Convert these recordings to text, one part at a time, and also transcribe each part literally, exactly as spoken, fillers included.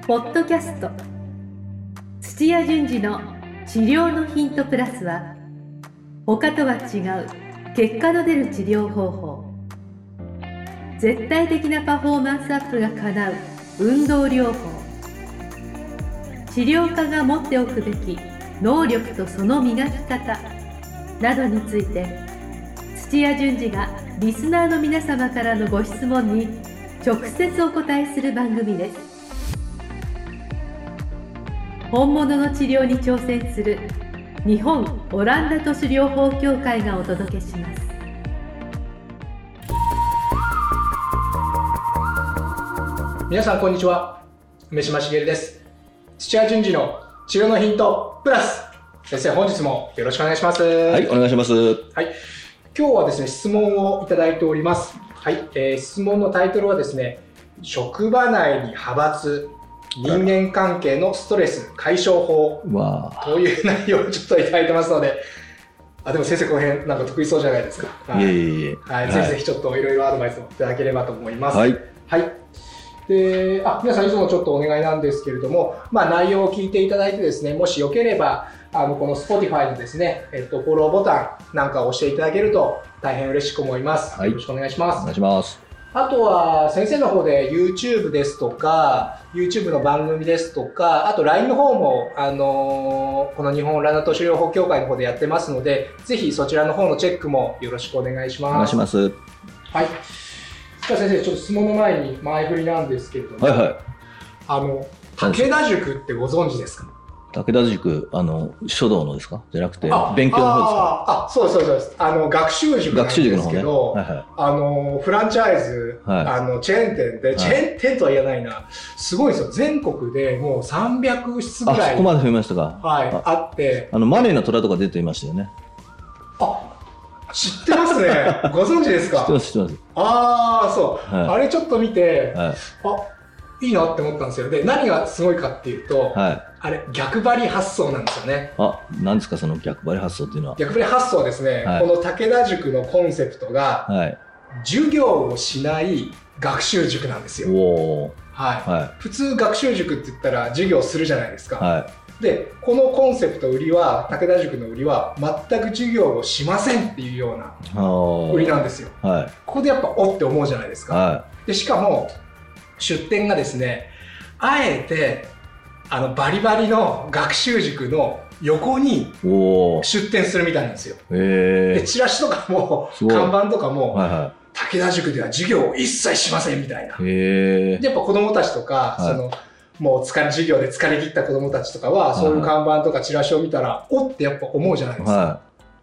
ポッドキャスト土屋順次の治療のヒントプラスは、他とは違う結果の出る治療方法、絶対的なパフォーマンスアップが叶う運動療法、治療家が持っておくべき能力とその磨き方などについて、土屋順次がリスナーの皆様からのご質問に直接お答えする番組です。本物の治療に挑戦する日本オランダ都市療法協会がお届けします。 皆さんこんにちは、梅島茂です。土屋順次の治療のヒントプラス、先生本日もよろしくお願いします。 はい、お願いします。はい、 今日はですね、質問をいただいております。はい、えー、質問のタイトルはですね、職場内に派閥、人間関係のストレス解消法という内容をちょっといただいてますので、あ、でも先生この辺なんか得意そうじゃないですか。はい、いえいえ、はい、ぜひぜひちょっといろいろアドバイスをいただければと思います。はい、はい、で、あ、皆さんいつもちょっとお願いなんですけれども、まあ内容を聞いていただいてですね、もしよければあのこの Spotify のですね、えっとフォローボタンなんかを押していただけると大変嬉しく思います。はい、よろしくお願いします。 お願いします。 あとは先生の方で YouTube ですとか YouTube の番組ですとか、あと ライン の方も、あのー、この日本オランダ都市療法協会の方でやってますので、ぜひそちらの方のチェックもよろしくお願いします。 お願いします。はい。 じゃあ先生、ちょっと質問の前に前振りなんですけれども、はいはい、あの武田塾ってご存知ですか？ 武田塾、あの書道のですか？じゃなくて勉強の方ですか？ ああ、そうですそうです。あの学習塾なんですけど、学習塾の方ね、はいはい、あのフランチャイズ、はい、あのチェーン店で、はい、チェーン店とは言えないな、すごいですよ。全国でもうさんびゃくしつぐらい、 あ、そこまで増えましたか？ はい、あ, あって、 あのマネーの虎とか出ていましたよね。 あ、知ってますね。ご存知ですか？ 知ってます知ってます。 ああ、そう、はい、あれちょっと見て、はい、あ、いいなって思ったんですよ。で、何がすごいかっていうと、はい、あれ逆張り発想なんですよね。 あ、何ですかその逆張り発想っていうのは？ 逆張り発想はですね、はい、この武田塾のコンセプトが、はい、授業をしない学習塾なんですよ。おー、はい、はい、普通学習塾って言ったら授業するじゃないですか。はい、で、このコンセプト売りは、武田塾の売りは全く授業をしませんっていうような売りなんですよ。はい、ここでやっぱおって思うじゃないですか。はい、でしかも出店がですね、あえてあのバリバリの学習塾の横に出店するみたいなんですよ。でチラシとかも看板とかも、はいはい、武田塾では授業を一切しませんみたいな。でやっぱ子供たちとか、はい、そのもう疲れ授業で疲れ切った子供たちとかは、はい、そういう看板とかチラシを見たらおってやっぱ思うじゃないですか。はい、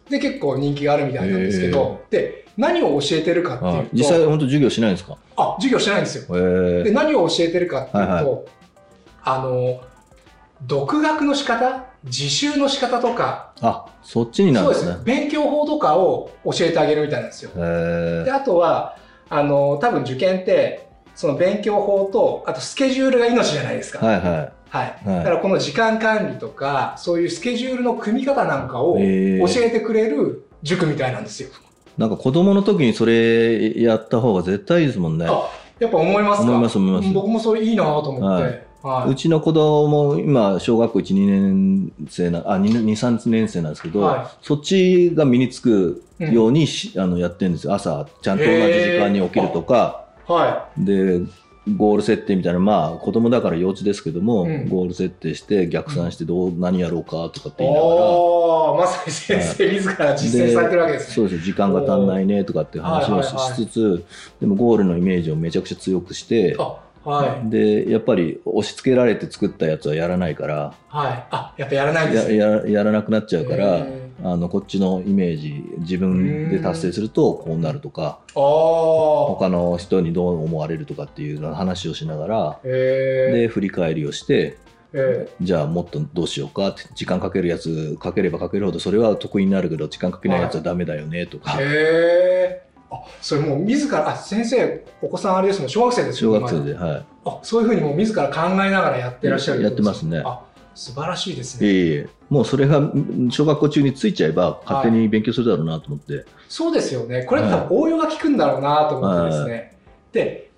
で結構人気があるみたいなんですけど、で何を教えてるかっていうと、 実際本当授業しないんですか？ あ、授業してないんですよ。で何を教えてるかっていうと、はいはい、あの独学の仕方、自習の仕方とか、 あ、そっちになるんですね。 そうです。勉強法とかを教えてあげるみたいなんですよ。であとはあの多分受験ってその勉強法と、あとスケジュールが命じゃないですか。はいはいはい。はい、だからこの時間管理とかそういうスケジュールの組み方なんかを教えてくれる塾みたいなんですよ。 なんか子供の時にそれやった方が絶対いいですもんね。 あ、やっぱ思いますか？ 思います思います。 僕もそれいいなと思って。はい、 はい、うちの子供も今小学校いち、にねん生な、あ、に、さんねん生なんですけど、はい、そっちが身につくように、うん、あのやってるんですよ。朝ちゃんと同じ時間に起きるとか、はい、でゴール設定みたいな、まあ子供だから幼稚ですけども、うん、ゴール設定して逆算してどう、うん、何やろうかとかって言いながら、 おー、まさに先生自ら実践されてるわけですね。 そうです。時間が足んないねとかって話を し,、はいはいはい、しつつ、でもゴールのイメージをめちゃくちゃ強くして、はい、でやっぱり押し付けられて作ったやつはやらないから、 はい、あ、やっぱやらないんですね。 や, や, やらなくなっちゃうから、あのこっちのイメージ自分で達成するとこうなるとか、他の人にどう思われるとかっていう話をしながら、で振り返りをして、じゃあもっとどうしようかって、時間かけるやつかければかけるほどそれは得意になるけど時間かけないやつはダメだよねとか。へー、 あ、それもう自ら、あ、先生お子さんあれですもん、小学生ですよね。 小学生で、はい。 あ、そういうふうにもう自ら考えながらやってらっしゃる。 やってますね。 あ、素晴らしいですね。 いえいえ、もうそれが小学校中についちゃえば勝手に勉強するだろうなと思って。はい、 そうですよね。これ多分応用が効くんだろうなと思ってですね。はい、で、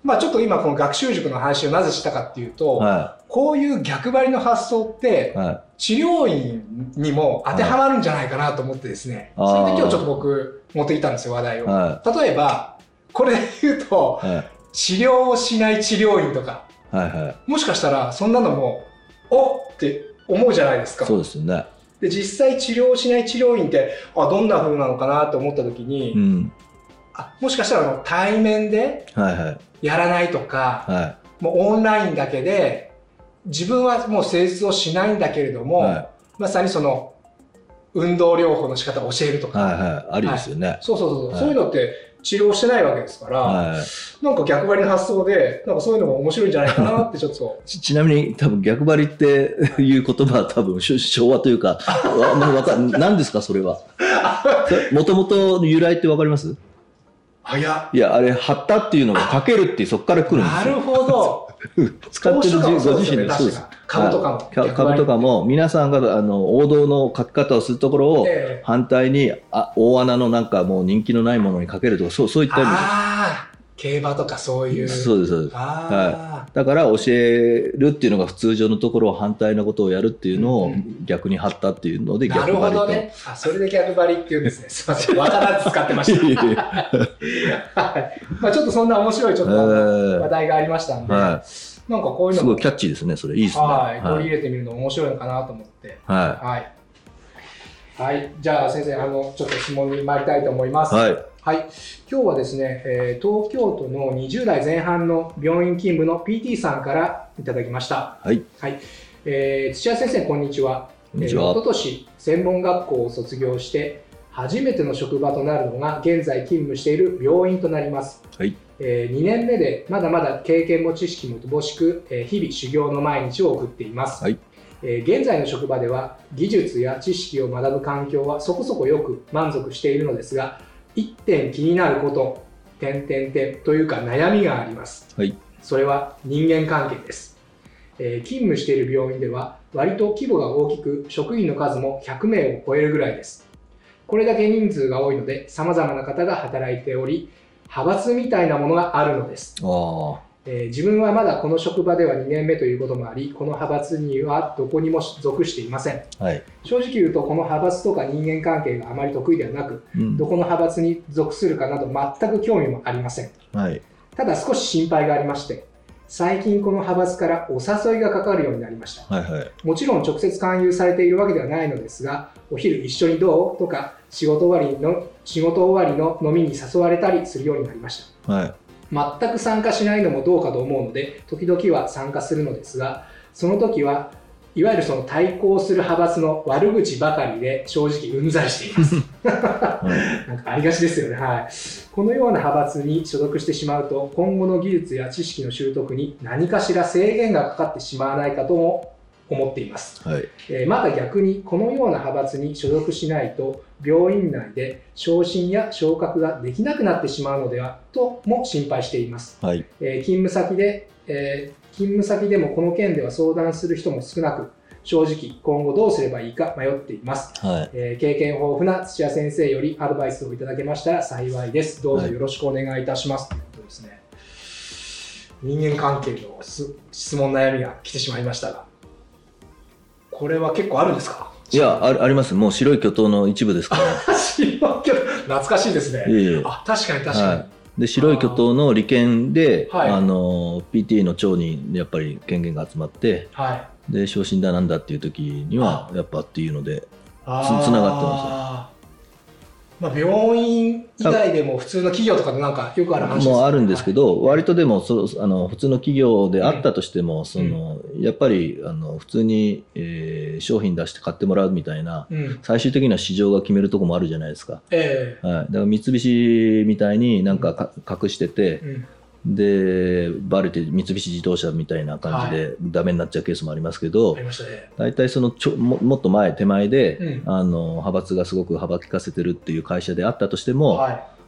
まあちょっと今この学習塾の話をなぜしたかっていうと、はい、こういう逆張りの発想って、はい、治療院にも当てはまるんじゃないかなと思ってですね、はい、それで今日ちょっと僕持ってきたんですよ、話題を。はい、例えば、これで言うと、はい、治療をしない治療院とか、はいはい、もしかしたらそんなのも、おって思うじゃないですか。 そうですよね。 で、実際治療をしない治療院って、あ、どんな風なのかなと思った時に、うん、あ、もしかしたらあの対面でやらないとか、はいはい、もうオンラインだけで、自分はもう施術をしないんだけれども、はい、まさにその、運動療法の仕方を教えるとか。 はいはい、ありですよね。はい、 そうそうそう、はい、そういうのって治療してないわけですから、はい、なんか逆張りの発想で、なんかそういうのも面白いんじゃないかなってちょっと。 ち, ちなみに多分逆張りっていう言葉は多分昭和というか、わか何ですかそれは。もともとの由来ってわかります？ いや、 いや、あれ、貼ったっていうのがかけるってそこから来るんですよ。 なるほど。 使ってるご自身でそうです。 株とかも。 株とかも、皆さんがあの王道の書き方をするところを、反対に、あ、大穴のなんかもう人気のないものにかけるとか、そう、そういった意味です。 ああ、競馬とかそういう。 そうです、そうです。はい。だから教えるっていうのが普通常のところを反対のことをやるっていうのを逆に貼ったっていうので逆張りと。 なるほどね。あ、それで逆張りっていうんですね。すいません。わからず使ってました。はい。まあちょっとそんな面白いちょっと話題がありましたんで、はい、なんかこういうのもすごいキャッチーですね。それいいですね。 はい。取り入れてみるの面白いのかなと思って。はい。はい。はい。じゃあ先生、あの、ちょっと質問に参りたいと思います。はい。はい。今日はですね、えー、東京都のにじゅう代前半の病院勤務の ピーティー さんからいただきました。はい。はい。えー、土屋先生、こんにちは。こんにちは。えー、おととし、専門学校を卒業して、初めての職場となるのが、現在勤務している病院となります。はい。えー、にねんめで、まだまだ経験も知識も乏しく、えー、日々修行の毎日を送っています。はい。えー、現在の職場では、技術や知識を学ぶ環境はそこそこよく満足しているのですが、一点気になること、点点点というか悩みがあります。はい。それは人間関係です。えー、勤務している病院では割と規模が大きく職員の数もひゃくめいを超えるぐらいです。これだけ人数が多いので様々な方が働いており、派閥みたいなものがあるのです。あえー、自分はまだこの職場ではにねんめということもあり、この派閥にはどこにも属していません。はい、正直言うと、この派閥とか人間関係があまり得意ではなく、うん、どこの派閥に属するかなど全く興味もありません。はい、ただ少し心配がありまして、最近この派閥からお誘いがかかるようになりました。はいはい、もちろん直接勧誘されているわけではないのですが、お昼一緒にどうとか、仕事終わりの、仕事終わりの飲みに誘われたりするようになりました。はい、全く参加しないのもどうかと思うので、時々は参加するのですが、その時はいわゆるその対抗する派閥の悪口ばかりで正直うんざりしています。なんかありがちですよね。はい。このような派閥に所属してしまうと、今後の技術や知識の習得に何かしら制限がかかってしまわないかとも思っています。はい、えー、また逆にこのような派閥に所属しないと病院内で昇進や昇格ができなくなってしまうのではとも心配しています。はい、えー、勤務先で、えー、勤務先でもこの件では相談する人も少なく、正直今後どうすればいいか迷っています。はい、えー、経験豊富な土屋先生よりアドバイスをいただけましたら幸いです。どうぞよろしくお願いいたします。はい、ということですね。人間関係の質問悩みが来てしまいましたが、これは結構あるんですか？ いや、あ, あります。もう白い巨頭の一部ですから。 白い巨頭、懐かしいですね。いえいえ、あ、確かに確かに。はい、で白い巨頭の利権で、あ、あの ピーティー の長にやっぱり権限が集まって、はい、で昇進だなんだっていう時にはやっぱっていうのでつながってます。 まあ、病院以外でも普通の企業とかでなんかよくある話ですね。 もうあるんですけど、割とでもそあの普通の企業であったとしても、うん、そのやっぱりあの普通に、えー、商品出して買ってもらうみたいな、うん、最終的な市場が決めるとこもあるじゃないですか。えーはい、だから三菱みたいになんかか、うん、隠してて、うん、でバレて三菱自動車みたいな感じでダメになっちゃうケースもありますけど、はい、大体そのちょ も, もっと前手前で、うん、あの派閥がすごく幅利かせてるっていう会社であったとしても、はい、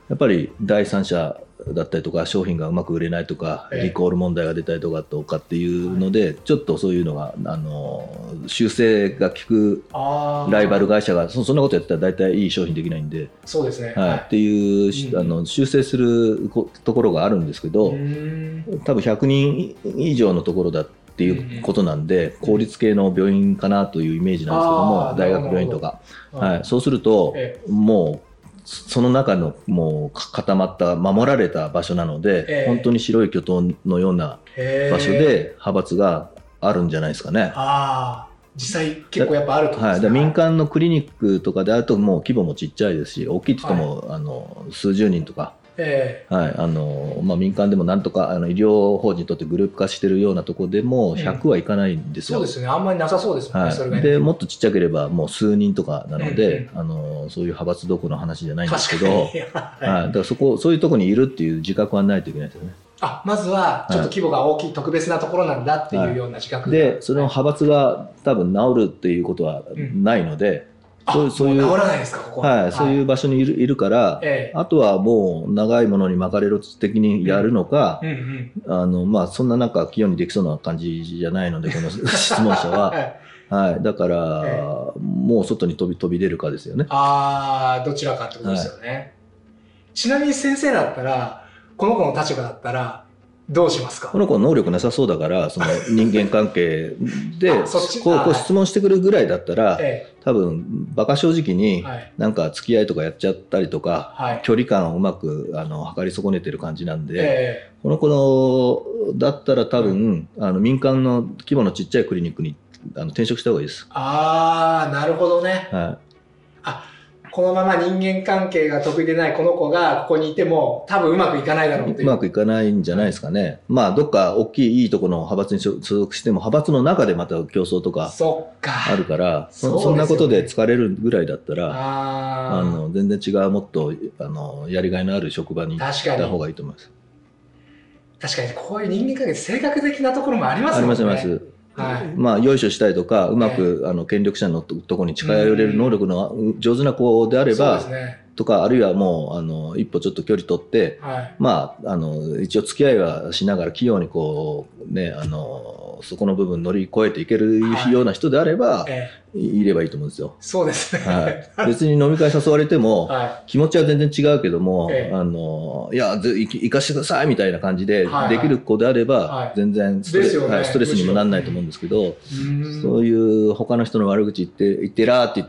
やっぱり第三者だったりとか商品がうまく売れないとか、ええ、リコール問題が出たりとかとかっていうので、はい、ちょっとそういうのがあの修正が効くライバル会社が そ, そんなことやってたら大体いい商品できないんで、 そうですね、 はいはい、っていう、うん、あの修正するところがあるんですけど、多分ひゃくにん以上のところだっていうことなんで、うん、公立系の病院かなというイメージなんですけども、大学病院とか、はい、そうすると、ええ、もうその中のもう固まった守られた場所なので、えー、本当に白い巨塔のような場所で派閥があるんじゃないですかね。 ああ、実際結構やっぱあると思うんですね。 はい、民間のクリニックとかであるともう規模もちっちゃいですし、大きいって言っても、はい、あの数十人とか、えーはいあのまあ、民間でもなんとかあの医療法人にとってグループ化してるようなところでもひゃくはいかないんですよ、 うん、そうですね、あんまりなさそうですもんね、はい、それがね。 でもっとちっちゃければもう数人とかなので、うんうん、あのそういう派閥どこの話じゃないんですけど、はい、だからそこそういうところにいるっていう自覚はないといけないですよね。 あ、まずはちょっと規模が大きい、はい、特別なところなんだっていうような自覚が、 でその派閥が多分治るっていうことはないので、 うん、そうそういう、治らないですか、ここは。 はい、そういう場所にいる、いるから、ええ、あとはもう長いものに巻かれろ的にやるのか、うんうんうん、あの、まあ、そんななんか器用にできそうな感じじゃないので、この質問者は。はい。だから、ええ、もう外に飛び、飛び出るかですよね。 ああ、どちらかってことですよね。はい、ちなみに先生だったら、この子の立場だったら、どうしますか？ この子は能力なさそうだから、その人間関係でこう、こう質問してくるぐらいだったら、ええ、多分バカ正直になんか付き合いとかやっちゃったりとか、はい、距離感をうまくあの測り損ねてる感じなんで、え、この子のだったら多分、うん、あの民間の規模のちっちゃいクリニックにあの転職した方がいいです。 ああ、なるほどね。 はい。 あ、このまま人間関係が得意でないこの子がここにいても多分うまくいかないだろうっていう。 うまくいかないんじゃないですかね。まあどっか大きいいいところの派閥に所属しても派閥の中でまた競争とかあるから、 そ, そんなことで疲れるぐらいだったら、ああの全然違うもっとあのやりがいのある職場に行った方がいいと思います。 確かにこういう人間関係性格的なところもありますもんね。 ありますあります。はい、まあ、よいしょしたりとか、うまく、えー、あの権力者のところに近寄れる能力の上手な子であれば、ね、とか、あるいはもうあの一歩ちょっと距離取って、はい、まあ、あの一応付き合いはしながら器用にこう、ね、あのそこの部分乗り越えていけるような人であれば、はいえー、いればいいと思うんですよ。 そうですね。 はい、別に飲み会誘われても、はい、気持ちは全然違うけども、えー、あのいや行かしてくださいみたいな感じでできる子であれば、はいはい、全然ストレ、ねはい、ストレスにもならないと思うんですけど、そういう他の人の悪口言って言ってらーって言って、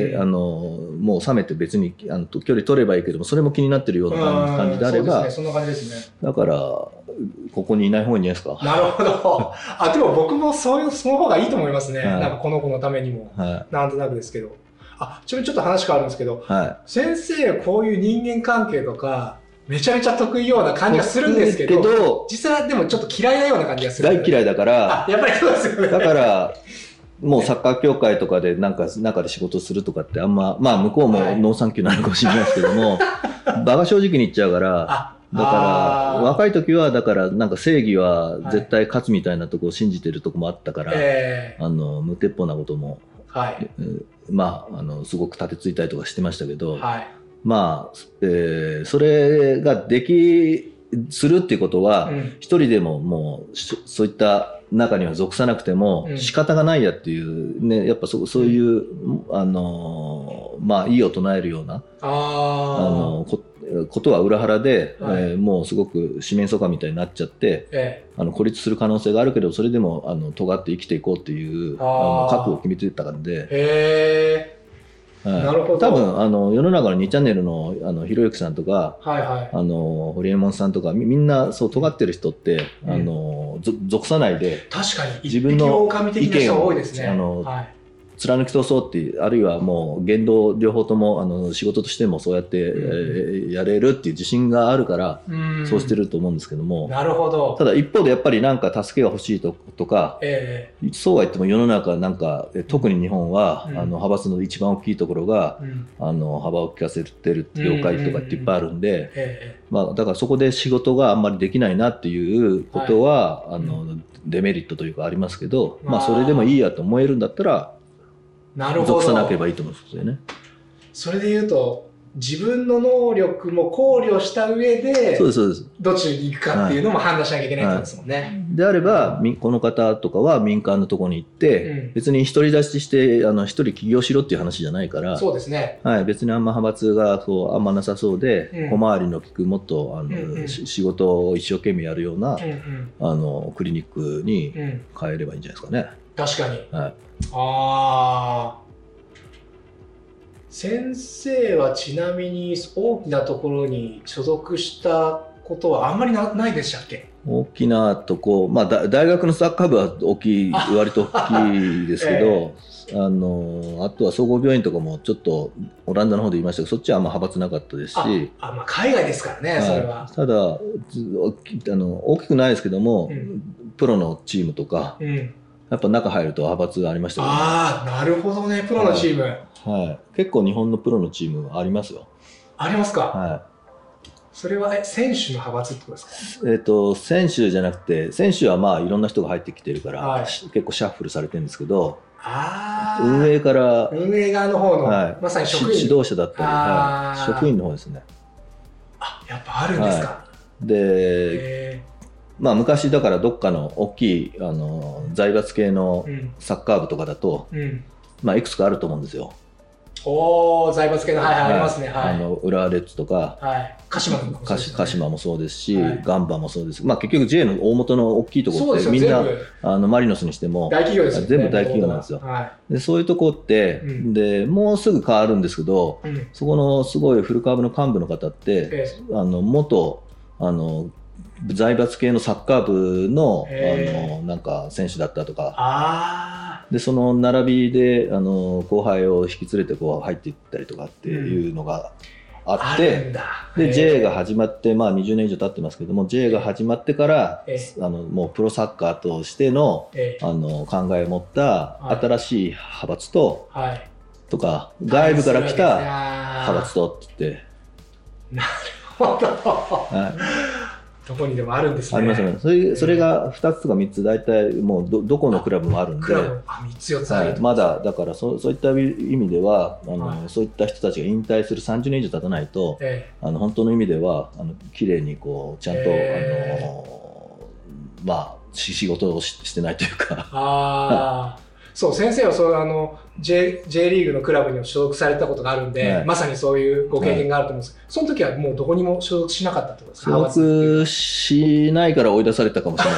うん、あのもう冷めて別にあの距離取ればいいけども、それも気になってるような感じであれば、 そんな感じですね。 だからここにいない方がいいんじゃないですか。 なるほど。あ、でも僕もそういうその方がいいと思いますね。はい、なんかこの子のためにも、はい、なんとなくですけど。あ、ちなみにちょっと話変わるんですけど、はい、先生こういう人間関係とかめちゃめちゃ得意ような感じがするんですけど、けど実際はでもちょっと嫌いなような感じがする、 ね。大嫌いだから。 あ、やっぱりそうですよね。 だからもうサッカー協会とかでなんか中で仕事するとかってあんま、まあ向こうもノーサンキューなのかもしれないですけども、場が正直に言っちゃうから。だから若い時はだからなんか正義は絶対勝つみたいなとこを信じてるとこもあったから、はい、あの無鉄砲なことも、はい、まああのすごく立てついたりとかしてましたけど、はい、まあ、えー、それができするっていうことは、うん、一人でももうそういった中には属さなくても仕方がないやっていうね、やっぱ そ, そういう、うん、あのまあ意を唱えるようなあのこことは裏腹で、はい、えー、もうすごく四面楚歌みたいになっちゃって、ええ、あの孤立する可能性があるけど、それでもあの尖って生きていこうっていうあの覚悟を決めてたんで、 へー、はい、なるほど。 多分あの世の中のにチャンネルのあのひろゆきさんとか、はいはい、あのホリエモンさんとか み, みんなそう尖ってる人って、うん、あの属さないで、 確かに自分の意見を、 ね、 あの、はい、貫き通そうっていう、あるいはもう言動両方ともあの仕事としてもそうやって、うん、えー、やれるっていう自信があるからそうしてると思うんですけども、 なるほど。 ただ一方でやっぱりなんか助けが欲しいととか、えー、そうは言っても世の中なんか特に日本は、うん、あの派閥の一番大きいところが、うん、あの幅を利かせてる業界とかっていっぱいあるんで、えー、まあ、だからそこで仕事があんまりできないなっていうことは、はい、あのデメリットというかありますけど、まあ、それでもいいやと思えるんだったらなるほど、属さなければいいと思うんですよね。 それで言うと自分の能力も考慮した上で、 そうですそうです。 どっちに行くかっていうのも判断しなきゃいけないってことですもんね。はいはい、 であれば、この方とかは民間のところに行って、うん、別に独り立ちして、あの、一人起業しろっていう話じゃないから、 そうですね。 はい、別にあんま派閥がそうあんまなさそうで、うん、小回りの利くもっと、あの、うんうん、仕事を一生懸命やるような、うんうん、あの、クリニックに変えればいいんじゃないですかね。 確かに。 はい。 ああ。先生はちなみに大きなところに所属したことはあんまり な, ないでしたっけ？ 大きなとこ、まあ、だ大学のサッカー部は大きい割と大きいですけど、ええ、あのあとは総合病院とかもちょっとオランダの方で言いましたけど、そっちはあんま派閥なかったですし、 ああ、まあ、海外ですからね、それは。 ただあの大きくないですけども、うん、プロのチームとか、うん、やっぱ中入ると派閥がありましたよね。 ああ、なるほどね、プロのチーム。はいはい、結構日本のプロのチームありますよ。 ありますか？ はい。 それは選手の派閥ってことですか？えっと、選手じゃなくて、選手はまあいろんな人が入ってきてるから、はい、結構シャッフルされてるんですけど、 あ運営から、 運営側の方の、はい、まさに職員。 指導者だったり、はい、職員の方ですね。 あ、やっぱあるんですか？はい、で、まあ昔だからどっかの大きいあの財閥系のサッカー部とかだと、うんうん、まあいくつかあると思うんですよ。 おー、財閥系の、はい、はい、ありますね。はい。 あの、浦和レッズとか、 はい。鹿島もそうですね。 鹿島もそうですし、はい、ガンバもそうです。まあ結局 J の大元の大きいところってみんな、あの、マリノスにしても、 大企業ですよね。 全部大企業なんですよ。はい。で、そういうとこって、うん、で、もうすぐ変わるんですけど、うん、そこのすごい古川部の幹部の方って、えー、あの、元、あの、財閥系のサッカー部の、あの、なんか選手だったとか、 あで、その並びで、あの、後輩を引き連れてこう入っていったりとかっていうのがあって、うん、で、J が始まって、まあにじゅうねん以上経ってますけども、J が始まってから、あの、もうプロサッカーとしての、あの、考えを持った新しい派閥と、はい、とか、外部から来た派閥とって言って。 なるほど。はいどこにでもあるんですね。 ありますね。それ、それがふたつとかみっつ、大体もう ど, どこのクラブもあるんで。 クラブあみっつよっつある、 はい、まだ、だからそ、そういった意味では、あの、はい、そういった人たちが引退するさんじゅうねん以上経たないと、えー、あの本当の意味では、あの綺麗にこう、ちゃんと、えー、あの、まあ、仕事を し, してないというか。 あそう、先生はそうあの J, J リーグのクラブに所属されたことがあるんで、はい、まさにそういうご経験があると思うんですけど、はい、その時はもうどこにも所属しなかったってことですか？ 所属しないから追い出されたかもしれ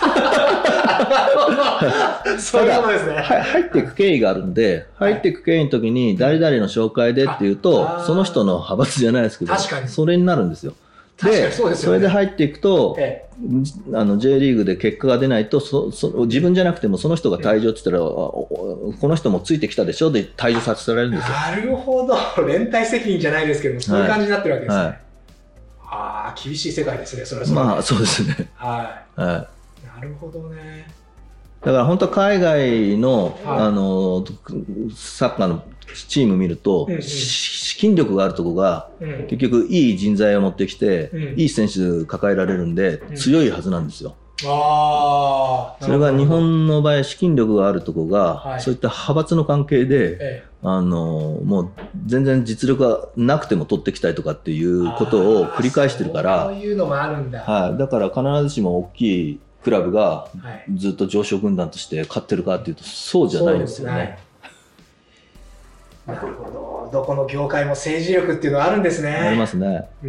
ない。 そういうことですね。 入っていく経緯があるんで、入っていく経緯の時に誰々の紹介でっていうと、その人の派閥じゃないですけど、確かにそれになるんですよ。で、そうですよね、それで入っていくと、ええ、あの J リーグで結果が出ないとそそ自分じゃなくてもその人が退場って言ったら、ええ、この人もついてきたでしょで退場させられるんですよ。 なるほど、連帯責任じゃないですけどそういう感じになってるわけですね。はいはい、ああ、厳しい世界ですね、それはそれ。 まあそうですね。 はい。 はい。 なるほどね。 だから本当は海外の、はい、あのサッカーのチーム見ると、うんうん、資金力があるところが、うん、結局いい人材を持ってきて、うん、いい選手抱えられるんで、うん、強いはずなんですよ。 あそれが日本の場合資金力があるところが、はい、そういった派閥の関係で、ええ、あのもう全然実力がなくても取ってきたりとかっていうことを繰り返してるから、 そういうのもあるんだ。 はい、だから必ずしも大きいクラブがずっと上昇軍団として勝ってるかっていうとそうじゃないんですよね。 なるほど。どこの業界も政治力っていうのはあるんですね。 ありますね。 うん。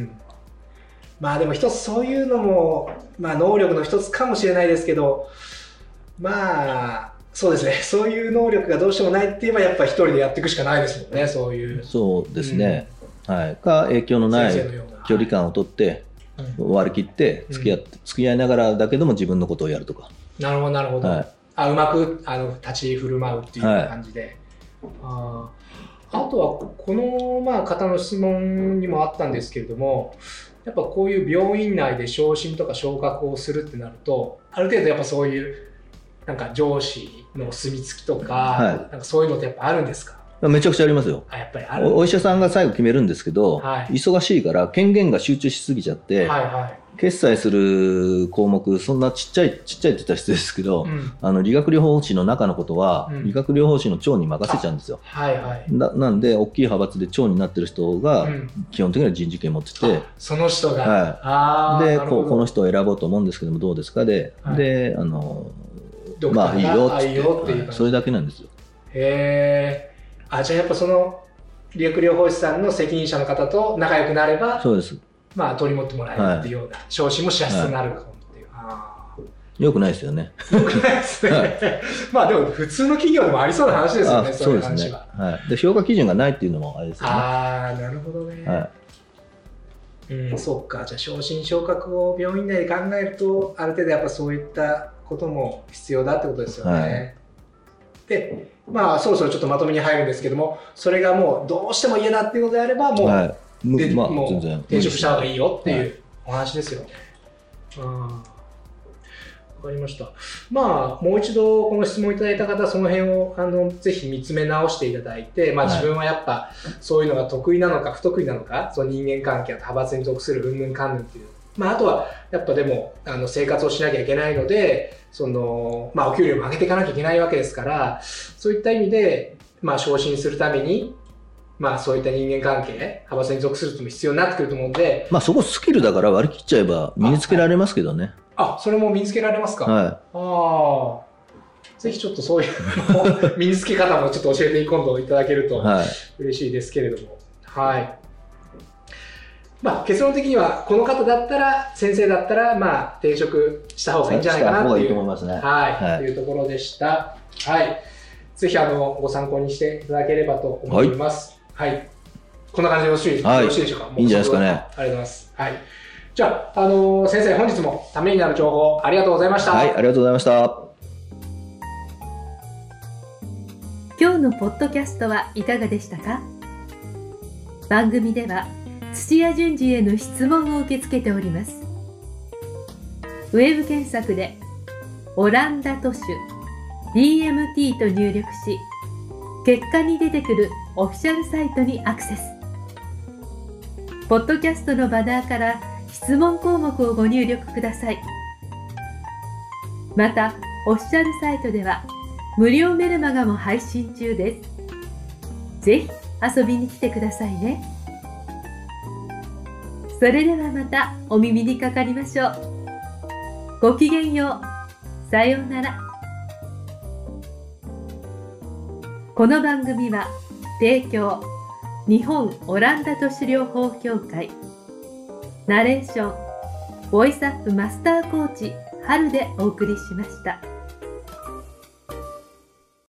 まあでも一つそういうのも、まあ能力の一つかもしれないですけど、まあそうですね。そういう能力がどうしてもないって言えばやっぱ一人でやっていくしかないですもんね。そういう。 そうですね。うん、はい。か影響のない距離感をとって、割り切って付き合って、うん、付き合いながらだけども自分のことをやるとか。 なるほどなるほど。はい、あうまくあの立ち振る舞うっていう感じで。はい、あ, あとはこの、まあ、方の質問にもあったんですけれども、やっぱこういう病院内で昇進とか昇格をするってなるとある程度やっぱそういうなんか上司のお墨付きとか、はい、なんかそういうのってやっぱあるんですか？ めちゃくちゃありますよ。 あ、やっぱりある。 お, お医者さんが最後決めるんですけど、 はい、 忙しいから権限が集中しすぎちゃって、 はいはい、 決済する項目そんなちっちゃいちっちゃいって言ったら失礼ですけど、うん、あの理学療法士の中のことは、うん、理学療法士の長に任せちゃうんですよ。 はいはい、 な, なんで大きい派閥で長になってる人が基本的には人事権持ってて、うん、 その人が、 はい、 あでこうこの人を選ぼうと思うんですけどもどうですかで、はい、であのまあいいよって言って、はい、それだけなんですよ。 へえ。あ、じゃあやっぱその理学療法士さんの責任者の方と仲良くなれば、 そうです。 まあ取り持ってもらえるっていうような、はい、昇進もしやすくなるかもっていう。 はい、よくないですよね。 よくないですね。はい、まあでも普通の企業でもありそうな話ですよね。そういう話は。 はい。で評価基準がないっていうのもあれですよね。 ああ、なるほどね。はい。うん、そうか。じゃあ昇進昇格を病院内で考えるとある程度やっぱそういったことも必要だってことですよね。はい、で、まあそろそろちょっとまとめに入るんですけども、それがもうどうしても嫌だっていうことであればもう、はい、で、まあ、もう転職した方がいいよっていうお話ですよね。はい、わかりました。まあもう一度この質問いただいた方、その辺をあのぜひ見つめ直していただいて、まあ自分はやっぱそういうのが得意なのか不得意なのか、その人間関係や派閥に属するうんぬんかんぬんっていう。まあ、あとはやっぱでもあの生活をしなきゃいけないのでその、まあ、お給料も上げていかなきゃいけないわけですからそういった意味で、まあ、昇進するために、まあ、そういった人間関係派閥に属するとも必要になってくると思うので、 まあ、そこスキルだから割り切っちゃえば身につけられますけどね。 あ、はい、あ、それも身につけられますか。 はい、 ああ、ぜひちょっとそういうの身につけ方もちょっと教えて今度いただけると嬉しいですけれども、はい、はい。まあ、結論的にはこの方だったら先生だったらまあ転職した方がいいんじゃないかなという、はい、いうところでした。はい、ぜひあのご参考にしていただければと思います。はい、はい、こんな感じでよろしい、はい、よろしいでしょうか。 いいんじゃないですかね。 ありがとうございます。はい、じゃあ、あのー、先生本日もためになる情報ありがとうございました。 はい、ありがとうございました。 今日のポッドキャストはいかがでしたか。番組では土屋順次への質問を受け付けております。ウェブ検索でオランダ都市 ディーエムティー と入力し、結果に出てくるオフィシャルサイトにアクセス。ポッドキャストのバナーから質問項目をご入力ください。また、オフィシャルサイトでは無料メルマガも配信中です。ぜひ遊びに来てくださいね。それではまたお耳にかかりましょう。ごきげんよう。さようなら。この番組は提供日本オランダ都市療法協会、ナレーションボイスアップマスターコーチ春でお送りしました。